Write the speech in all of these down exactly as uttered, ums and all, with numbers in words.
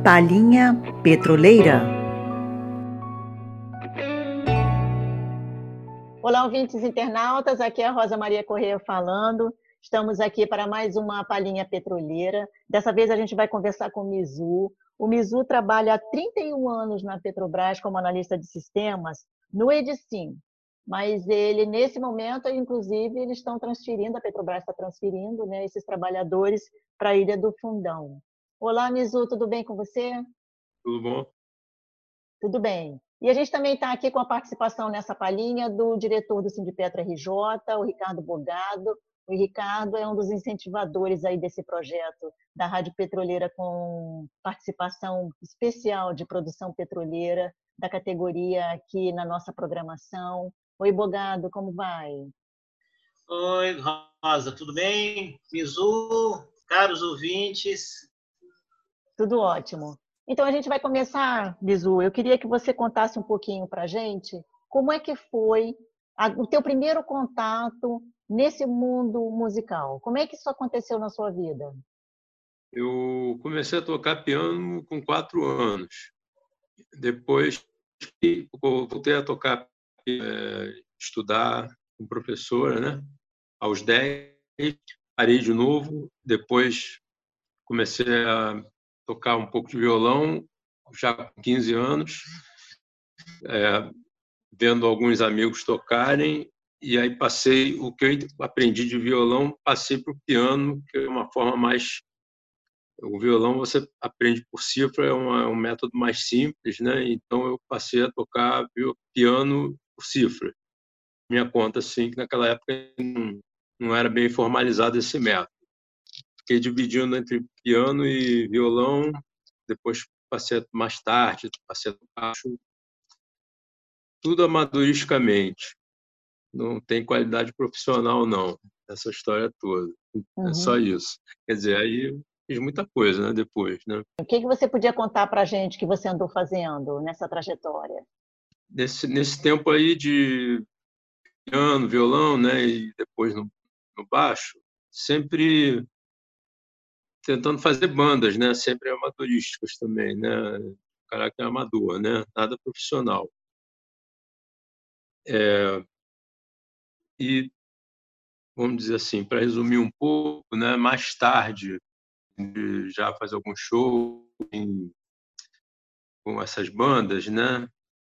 Palhinha Petroleira. Olá, ouvintes internautas, aqui é a Rosa Maria Corrêa falando. Estamos aqui para mais uma Palhinha Petroleira. Dessa vez a gente vai conversar com o Mizu. O Mizu trabalha há trinta e um anos na Petrobras como analista de sistemas no Edicim. Mas ele, nesse momento, inclusive, eles estão transferindo, a Petrobras está transferindo, né, esses trabalhadores para a Ilha do Fundão. Olá, Mizu, tudo bem com você? Tudo bom? Tudo bem. E a gente também está aqui com a participação nessa palhinha do diretor do Sindipetro R J, o Ricardo Bogado. O Ricardo é um dos incentivadores aí desse projeto da Rádio Petroleira, com participação especial de produção petroleira da categoria aqui na nossa programação. Oi, Bogado, como vai? Oi, Rosa, tudo bem? Mizu, caros ouvintes. Tudo ótimo. Então, a gente vai começar, Bizu. Eu queria que você contasse um pouquinho para a gente como é que foi a, o teu primeiro contato nesse mundo musical. Como é que isso aconteceu na sua vida? Eu comecei a tocar piano com quatro anos. Depois voltei a tocar, é, estudar com professora, né? Aos dez, parei de novo. Depois comecei a tocar um pouco de violão, já com quinze anos, é, vendo alguns amigos tocarem, e aí passei o que eu aprendi de violão, passei para o piano, que é uma forma mais... O violão você aprende por cifra, é uma, um método mais simples, né? Então eu passei a tocar piano por cifra. Minha conta, assim, que naquela época não, não era bem formalizado esse método. Fiquei dividindo entre piano e violão, depois passei a, mais tarde, passei a tocar tudo amadoristicamente. Não tem qualidade profissional, não, essa história toda. Uhum. É só isso. Quer dizer, aí fiz muita coisa, né, depois, né? O que que você podia contar para a gente que você andou fazendo nessa trajetória? Nesse, nesse tempo aí de piano, violão, né, e depois no, no baixo, sempre tentando fazer bandas, né, sempre amadorísticas também, né, caráter amador, né, nada profissional. É, e, vamos dizer assim, para resumir um pouco, né, mais tarde, já fazer algum show em, com essas bandas, né,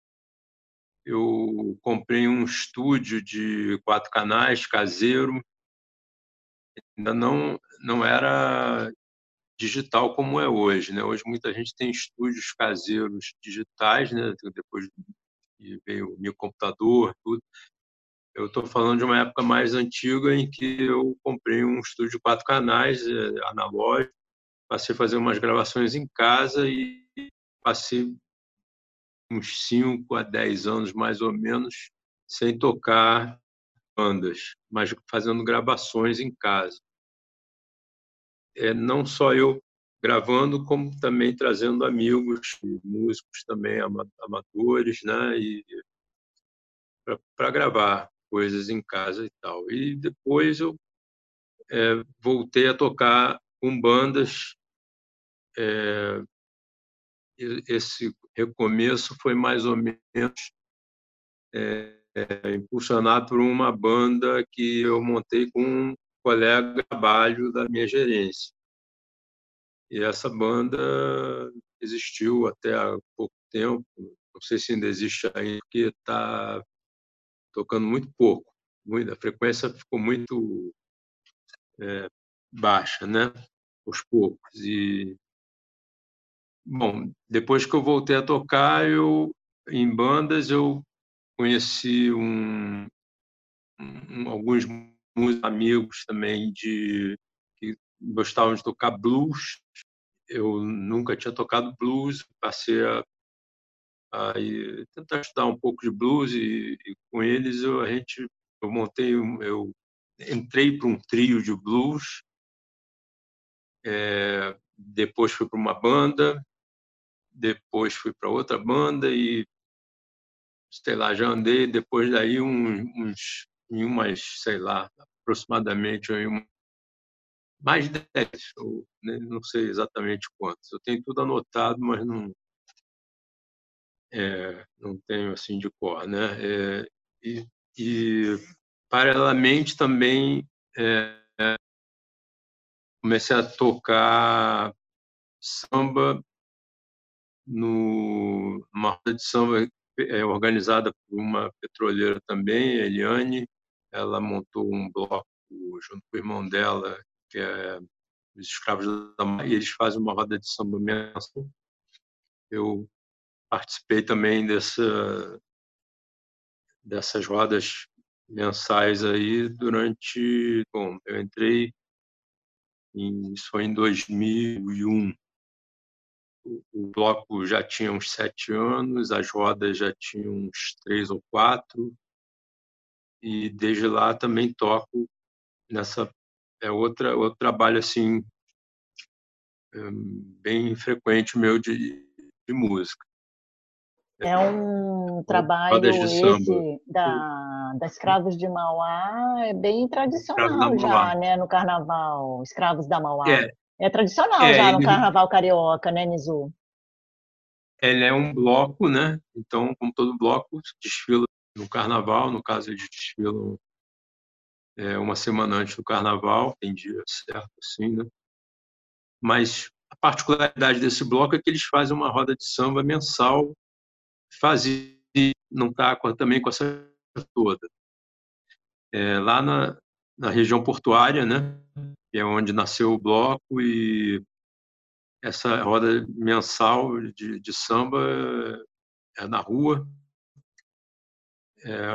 eu comprei um estúdio de quatro canais caseiro. Ainda não não era digital como é hoje, né? Hoje muita gente tem estúdios caseiros digitais, né? Depois que veio o meu computador, tudo. Eu estou falando de uma época mais antiga em que eu comprei um estúdio de quatro canais, eh, analógico, passei a fazer umas gravações em casa e passei uns cinco a dez anos, mais ou menos, sem tocar bandas, mas fazendo gravações em casa. É, não só eu gravando, como também trazendo amigos, músicos também amadores, né, e para gravar coisas em casa e tal. E depois eu é, voltei a tocar com bandas. É, esse recomeço foi mais ou menos é, é, impulsionado por uma banda que eu montei com um colega de trabalho da minha gerência. E essa banda existiu até há pouco tempo, não sei se ainda existe aí, porque está tocando muito pouco, muito, a frequência ficou muito é, baixa, né? Aos poucos. E, bom, depois que eu voltei a tocar, eu, em bandas, eu conheci um, um, alguns amigos também de, que gostavam de tocar blues. Eu nunca tinha tocado blues, passei a, a tentar estudar um pouco de blues e, e com eles eu, a gente, eu montei, eu entrei para um trio de blues, é, depois fui para uma banda, depois fui para outra banda e, sei lá, já andei depois daí uns, uns em umas, sei lá, aproximadamente em mais de dez, eu não sei exatamente quantos. Eu tenho tudo anotado, mas não, é, não tenho assim de cor, né? É, e, e, paralelamente, também é, comecei a tocar samba no, numa roda de samba é, organizada por uma petroleira também, a Eliane. Ela montou um bloco junto com o irmão dela, que é os Escravos da Mar, e eles fazem uma roda de samba mensal. Eu participei também dessa, dessas rodas mensais aí durante... Bom, eu entrei, em, isso foi em dois mil e um. O bloco já tinha uns sete anos, as rodas já tinham uns três ou quatro, e desde lá também toco nessa... É outra, outro trabalho assim, bem frequente meu de, de música. É um trabalho esse da, da Escravos de Mauá, é bem tradicional já, né, no Carnaval, Escravos da Mauá. É, é tradicional é, já no ele, Carnaval carioca, né, Mizu? Ele é um bloco, né? Então, como todo bloco, desfila no Carnaval, no caso eles desfilam é, uma semana antes do Carnaval, tem dia certo, assim, né? Mas a particularidade desse bloco é que eles fazem uma roda de samba mensal, fazia, não está também com essa toda. É, lá na, na região portuária, né, que é onde nasceu o bloco, e essa roda mensal de, de samba é na rua. É,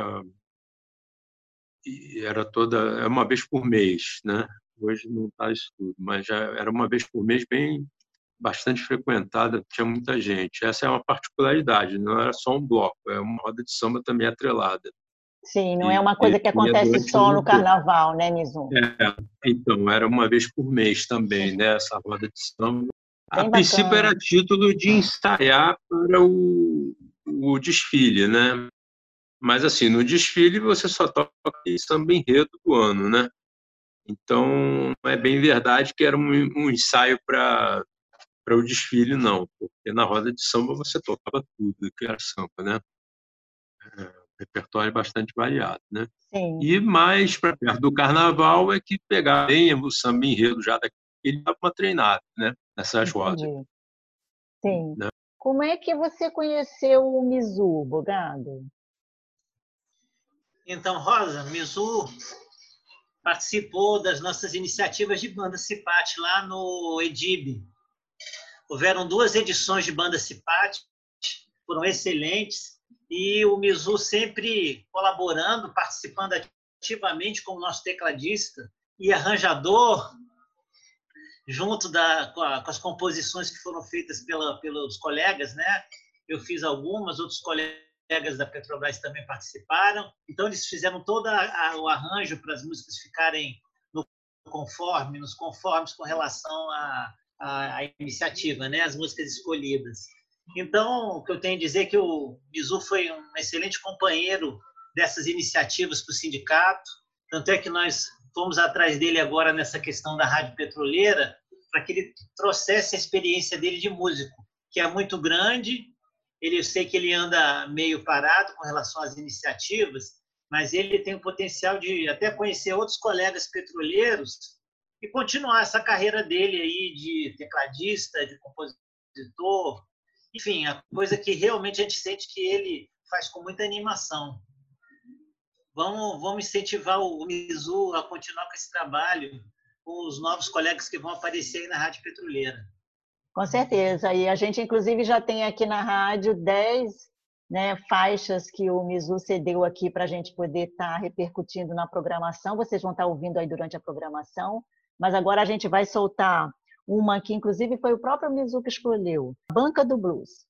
e era toda, é uma vez por mês, né? Hoje não está isso tudo, mas já era uma vez por mês, bem bastante frequentada, tinha muita gente. Essa é uma particularidade, não era só um bloco, é uma roda de samba também atrelada. Sim, não é uma coisa que acontece só no Carnaval, né, Mizu? É, então, era uma vez por mês também, né, essa roda de samba. A princípio era título de ensaiar para o, o desfile, né? Mas, assim, no desfile você só toca samba enredo do ano, né? Então, não é bem verdade que era um, um ensaio para para o desfile, não, porque na roda de samba você tocava tudo que era samba, né? É, repertório bastante variado, né? Sim. E mais para perto do Carnaval é que pegava bem o samba enredo já daquele, dava uma treinada, né? Nessas rodas. Sim. Né? Como é que você conheceu o Mizu, Bogado? Então, Rosa, Mizu participou das nossas iniciativas de banda Cipate lá no Edib. Houveram duas edições de banda Cipate, foram excelentes, e o Mizu sempre colaborando, participando ativamente como nosso tecladista e arranjador, junto da, com, a, com as composições que foram feitas pela, pelos colegas, né? Eu fiz algumas, outros colegas da Petrobras também participaram. Então, eles fizeram todo a, a, o arranjo para as músicas ficarem no conforme, nos conformes com relação a A, a iniciativa, né? As músicas escolhidas. Então, o que eu tenho a dizer é que o Mizu foi um excelente companheiro dessas iniciativas para o sindicato, tanto é que nós fomos atrás dele agora nessa questão da Rádio Petroleira, para que ele trouxesse a experiência dele de músico, que é muito grande. Ele, eu sei que ele anda meio parado com relação às iniciativas, mas ele tem o potencial de até conhecer outros colegas petroleiros e continuar essa carreira dele aí de tecladista, de compositor, enfim, a coisa que realmente a gente sente que ele faz com muita animação. Vamos, vamos incentivar o Mizu a continuar com esse trabalho, com os novos colegas que vão aparecer aí na Rádio Petroleira. Com certeza, e a gente inclusive já tem aqui na rádio dez, né, faixas que o Mizu cedeu aqui para a gente poder estar tá repercutindo na programação, vocês vão estar tá ouvindo aí durante a programação. Mas agora a gente vai soltar uma que, inclusive, foi o próprio Mizu que escolheu, Banca do Blues.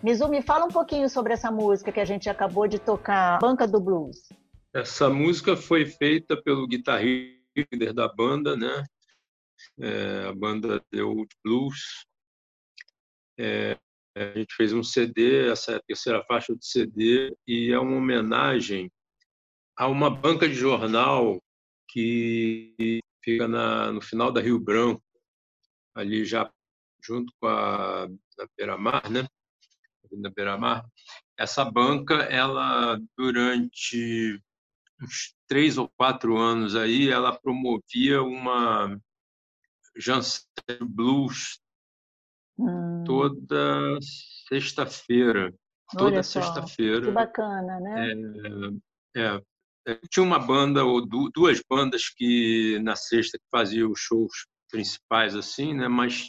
Mizu, me fala um pouquinho sobre essa música que a gente acabou de tocar, Banca do Blues. Essa música foi feita pelo guitarrista da banda, né? É, a banda The Old Blues. É, a gente fez um C D, essa é a terceira faixa do C D, e é uma homenagem a uma banca de jornal que fica na, no final da Rio Branco, ali já junto com a na Beira-Mar, né? Na Beira-Mar. Essa banca, ela durante uns três ou quatro anos aí, ela promovia uma Jansen Blues hum. toda sexta-feira. Toda sexta-feira. Que bacana, né? É, é, tinha uma banda ou duas bandas que na sexta que faziam os shows principais assim, né? Mas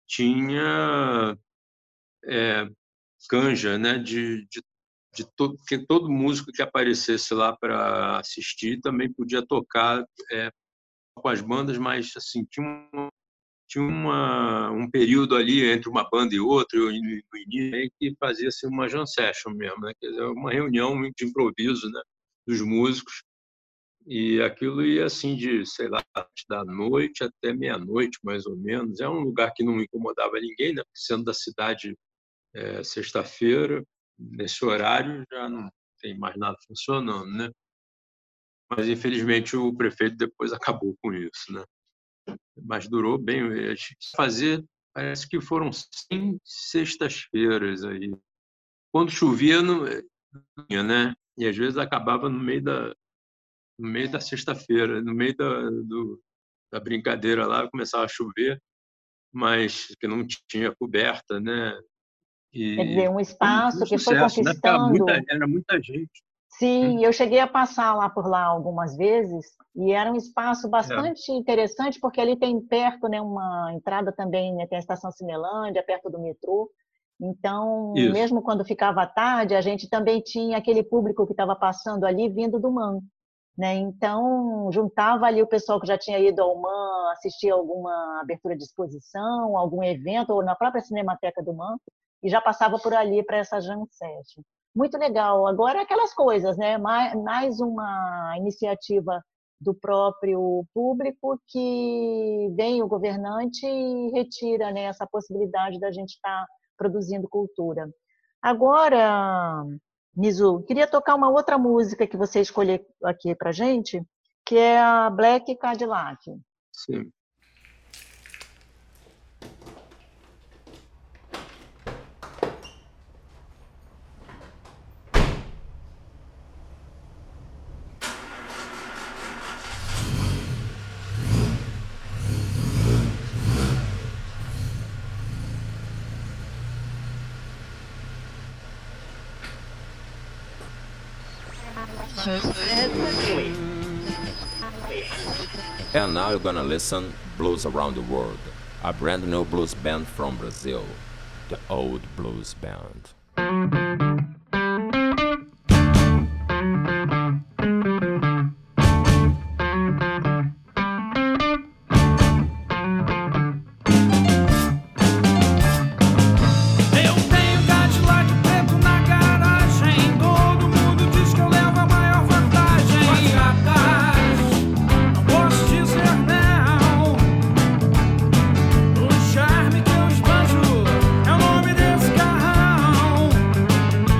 tinha é, canja, né? De, de, de todo, que todo músico que aparecesse lá para assistir também podia tocar é, com as bandas, mas assim tinha um, tinha uma, um período ali entre uma banda e outra, no início, que fazia-se uma jam session mesmo, né? Quer dizer, uma reunião de improviso, né? Dos músicos, e aquilo ia assim de, sei lá, da noite até meia-noite, mais ou menos. É um lugar que não incomodava ninguém, né? Sendo da cidade é, sexta-feira, nesse horário já não tem mais nada funcionando, né? Mas infelizmente o prefeito depois acabou com isso, né? Mas durou bem. Fazer, parece que foram cem sextas-feiras aí. Quando chovia, não tinha, né? E às vezes acabava no meio da, no meio da sexta-feira, no meio da, do, da brincadeira lá, começava a chover, mas que não tinha coberta, né? E Quer dizer, um espaço um, um que sucesso, foi conquistando... Né? Muita, era muita gente. Sim, hum. eu cheguei a passar lá por lá algumas vezes, e era um espaço bastante é. interessante, porque ali tem perto, né, uma entrada também, né, tem a Estação Cinelândia, perto do metrô. Então, Isso. mesmo quando ficava tarde, a gente também tinha aquele público que estava passando ali vindo do M A M, né? Então, juntava ali o pessoal que já tinha ido ao M A M, assistia alguma abertura de exposição, algum evento, ou na própria Cinemateca do M A M, e já passava por ali para essa jam session. Muito legal. Agora, aquelas coisas, né? Mais uma iniciativa do próprio público que vem o governante e retira, né, essa possibilidade da gente estar produzindo cultura. Agora, Mizu, queria tocar uma outra música que você escolheu aqui para gente, que é a Black Cadillac. Sim. And now you're gonna listen Blues Around the World, a brand new blues band from Brazil, the Old Blues Band. Charme que eu esbanjo é o nome desse carrão.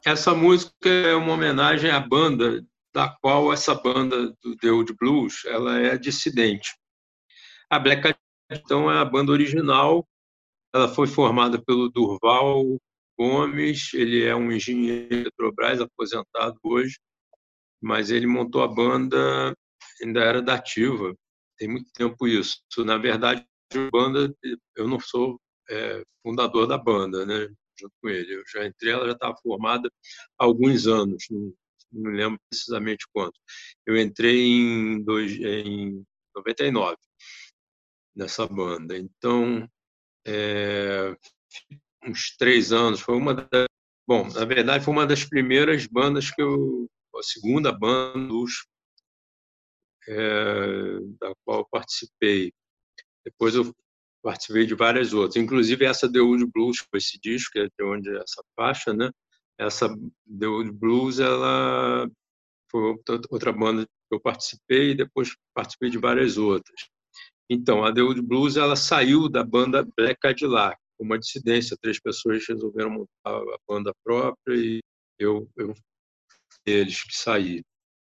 essa música é uma homenagem à banda da qual essa banda do The Old Blues ela é dissidente. A Black Cadillac, então, é a banda original. Ela foi formada pelo Durval Gomes, ele é um engenheiro de Petrobras, aposentado hoje, mas ele montou a banda, ainda era da ativa, tem muito tempo isso. Na verdade, a banda, eu não sou é, fundador da banda, né? Junto com ele. Eu já entrei, ela já estava formada há alguns anos, não, não me lembro precisamente quanto. Eu entrei em, dois, em noventa e nove nessa banda. Então, é, uns três anos, foi uma das, bom, na verdade foi uma das primeiras bandas que eu, a segunda banda dos, é, da qual eu participei. Depois eu participei de várias outras, inclusive essa The Old Blues, foi esse disco, que é de onde é essa faixa, né? Essa The Old Blues, ela foi outra banda que eu participei e depois participei de várias outras. Então, a The Old Blues ela saiu da banda Black Cadillac, uma dissidência. Três pessoas resolveram montar a banda própria e eu, eu eles que saí.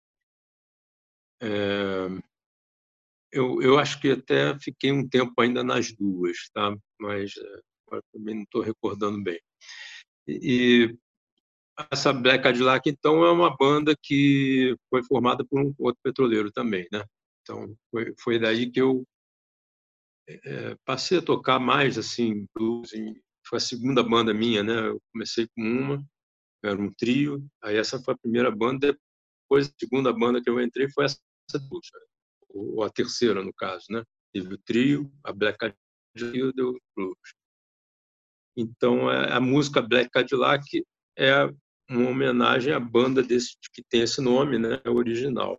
É, eu, eu acho que até fiquei um tempo ainda nas duas, tá? Mas agora também não estou recordando bem. E, e essa Black Cadillac, então, é uma banda que foi formada por um outro petroleiro também, né? Então, foi, foi daí que eu é, passei a tocar mais assim blues. Foi a segunda banda minha, né? Eu comecei com uma, era um trio. Aí essa foi a primeira banda. Depois a segunda banda que eu entrei foi essa blues, ou a terceira no caso, né? Teve o trio, a Black Cadillac e o The Blues. Então a música Black Cadillac é uma homenagem à banda desse que tem esse nome, né? Original.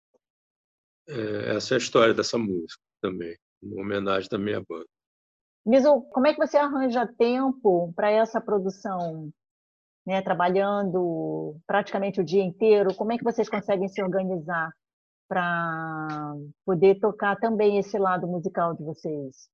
É, essa é a história dessa música também, uma homenagem também à banda. Mizu, como é que você arranja tempo para essa produção? Né, trabalhando praticamente o dia inteiro, como é que vocês conseguem se organizar para poder tocar também esse lado musical de vocês?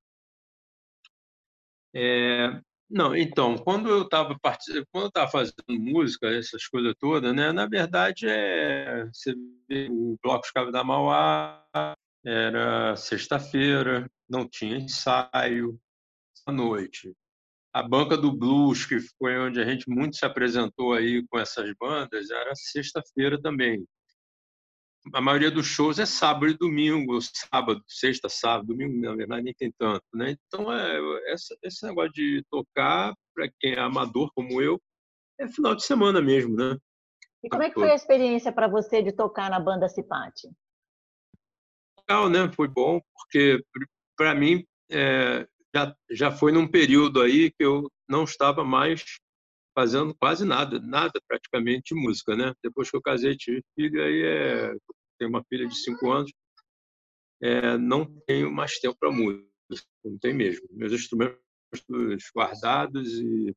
É, não, então, quando eu estava quando eu estava fazendo música, essas coisas todas, né? Na verdade, é, você vê, o Bloco Escavo da Mauá era sexta-feira, não tinha ensaio à noite. A Banca do Blues, que foi onde a gente muito se apresentou aí com essas bandas, era sexta-feira também. A maioria dos shows é sábado e domingo, sábado, sexta, sábado, domingo, na verdade, nem tem tanto, né? Então, é, essa, esse negócio de tocar, para quem é amador como eu, é final de semana mesmo, né? E como é que foi a experiência para você de tocar na banda Cipate? Legal, né? Foi bom, porque, para mim, é, já, já foi num período aí que eu não estava mais fazendo quase nada, nada praticamente de música, né? Depois que eu casei, tive filho, aí é, tenho uma filha de cinco anos, é, não tenho mais tempo para música, não tem mesmo. Meus instrumentos guardados e,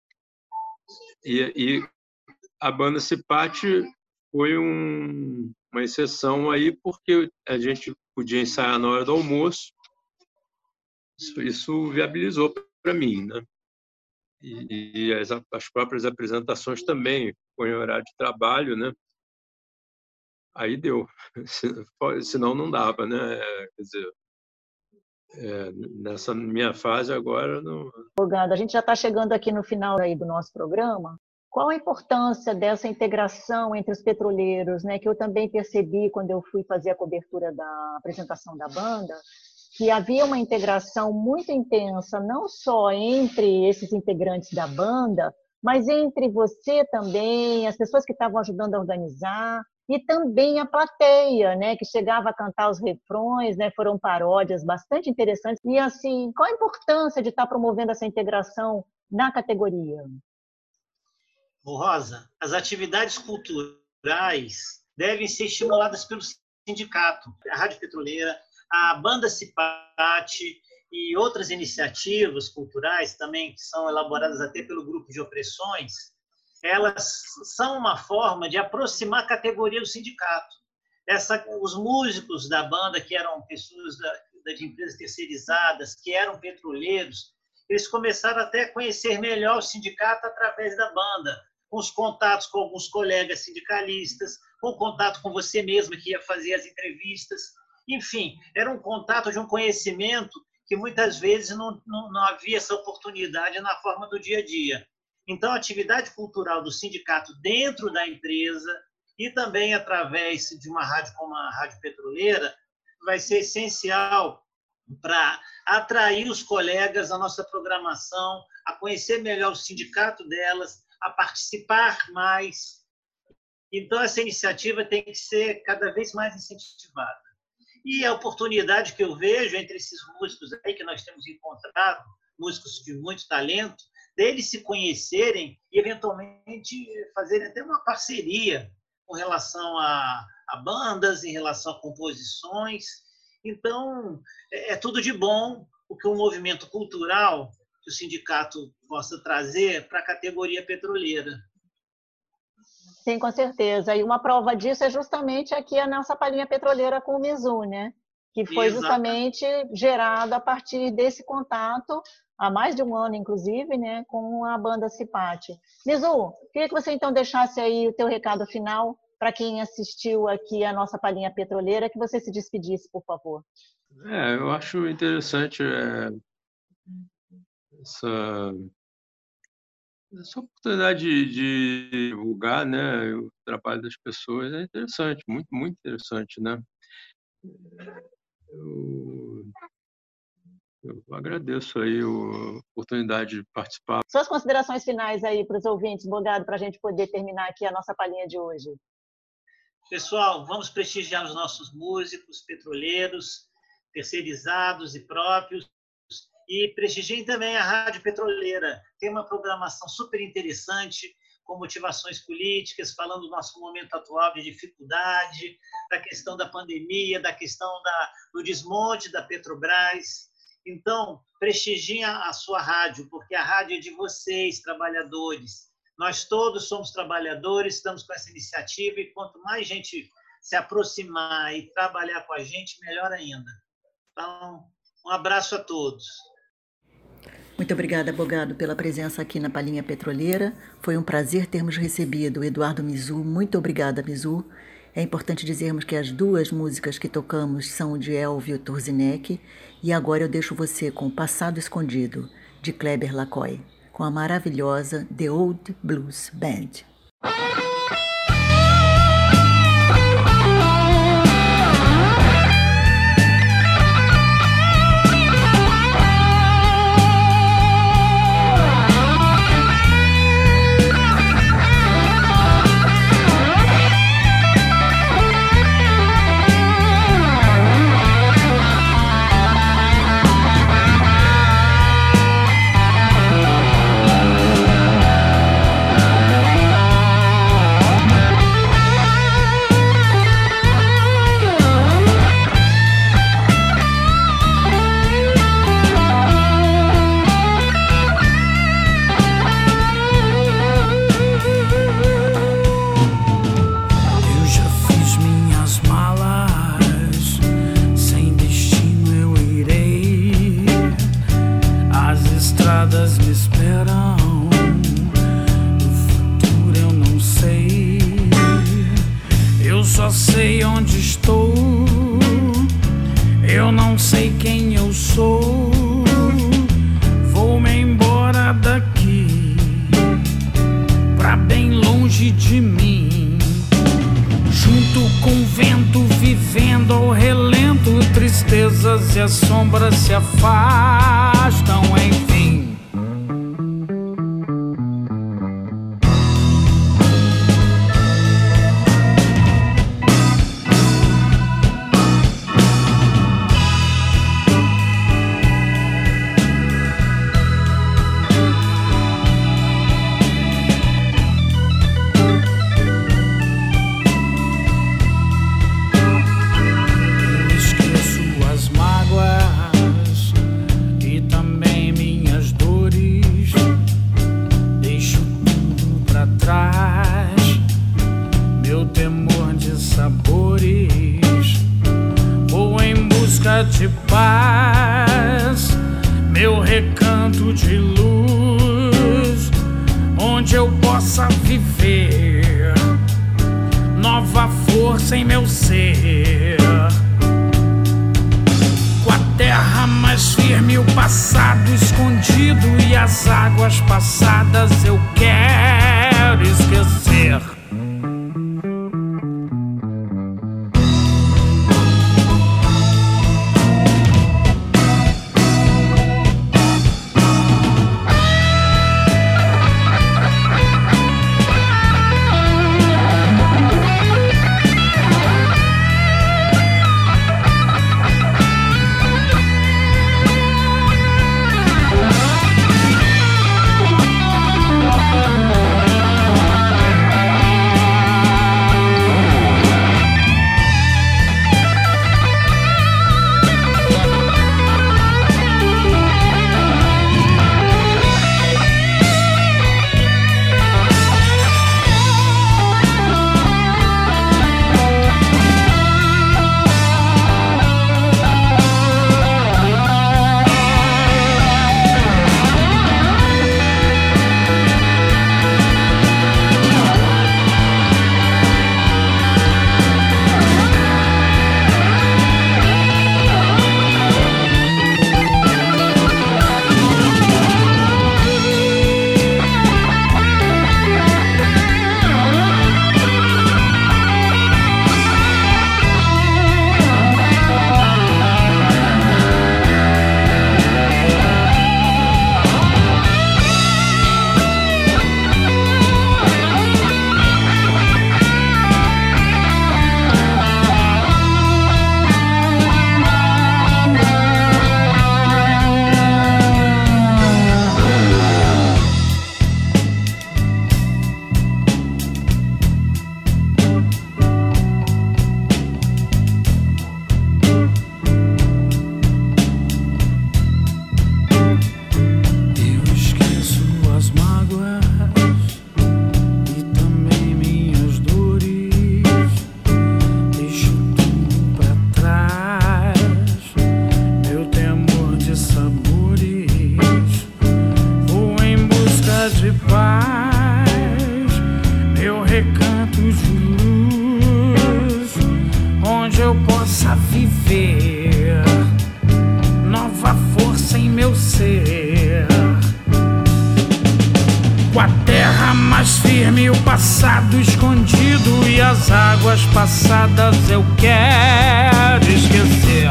e, e a banda Cipate foi um, uma exceção aí porque a gente podia ensaiar na hora do almoço, isso, isso viabilizou para mim, né? E, e as, as próprias apresentações também, foi em horário de trabalho, né? Aí deu, senão não dava, né? Quer dizer, é, nessa minha fase agora não. A gente já está chegando aqui no final aí do nosso programa. Qual a importância dessa integração entre os petroleiros, né? Que eu também percebi quando eu fui fazer a cobertura da apresentação da banda, que havia uma integração muito intensa, não só entre esses integrantes da banda, mas entre você também, as pessoas que estavam ajudando a organizar, e também a plateia, né, que chegava a cantar os refrões, né, foram paródias bastante interessantes. E assim, qual a importância de estar promovendo essa integração na categoria? Ô, Rosa, as atividades culturais devem ser estimuladas pelo sindicato, a Rádio Petroleira, a Banda Cipate e outras iniciativas culturais também que são elaboradas até pelo Grupo de Opressões. Elas são uma forma de aproximar a categoria do sindicato. Essa, os músicos da banda, que eram pessoas da, de empresas terceirizadas, que eram petroleiros, eles começaram até a conhecer melhor o sindicato através da banda, com os contatos com alguns colegas sindicalistas, com o contato com você mesmo que ia fazer as entrevistas. Enfim, era um contato de um conhecimento que muitas vezes não, não, não havia essa oportunidade na forma do dia a dia. Então, a atividade cultural do sindicato dentro da empresa e também através de uma rádio como a Rádio Petroleira vai ser essencial para atrair os colegas à nossa programação, a conhecer melhor o sindicato delas, a participar mais. Então, essa iniciativa tem que ser cada vez mais incentivada. E a oportunidade que eu vejo entre esses músicos aí que nós temos encontrado, músicos de muito talento, deles se conhecerem e, eventualmente, fazerem até uma parceria com relação a, a bandas, em relação a composições. Então, é, é tudo de bom o que o movimento cultural que o sindicato possa trazer para a categoria petroleira. Sim, com certeza. E uma prova disso é justamente aqui a nossa palhinha petroleira com o Mizu, né? Que foi justamente gerado a partir desse contato, há mais de um ano, inclusive, né, com a banda Cipate. Mizu, queria que você então deixasse aí o teu recado final para quem assistiu aqui a nossa palhinha petroleira, que você se despedisse, por favor. É, eu acho interessante é, essa, essa oportunidade de, de divulgar, né, o trabalho das pessoas. É interessante, muito, muito interessante, né? Eu, eu agradeço aí a oportunidade de participar. Suas considerações finais aí para os ouvintes, Bogado, para a gente poder terminar aqui a nossa palhinha de hoje. Pessoal, vamos prestigiar os nossos músicos petroleiros, terceirizados e próprios, e prestigiem também a Rádio Petroleira. Tem uma programação super interessante, com motivações políticas, falando do nosso momento atual de dificuldade, da questão da pandemia, da questão da, do desmonte da Petrobras. Então, prestigiem a sua rádio, porque a rádio é de vocês, trabalhadores. Nós todos somos trabalhadores, estamos com essa iniciativa, e quanto mais gente se aproximar e trabalhar com a gente, melhor ainda. Então, um abraço a todos. Muito obrigada, Bogado, pela presença aqui na Palhinha Petroleira. Foi um prazer termos recebido o Eduardo Mizu. Muito obrigada, Mizu. É importante dizermos que as duas músicas que tocamos são de Elvio Turzineck, e agora eu deixo você com o Passado Escondido, de Kleber Lacói, com a maravilhosa The Old Blues Band. E as sombras se afastam, enfim. De paz, meu recanto de luz, onde eu possa possa viver nova força em meu ser. Com a terra mais firme, o passado escondido e as águas passadas eu quero esquecer. Passadas eu quero esquecer.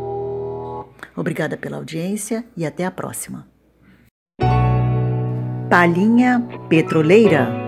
Obrigada pela audiência e até a próxima. Palhinha Petroleira.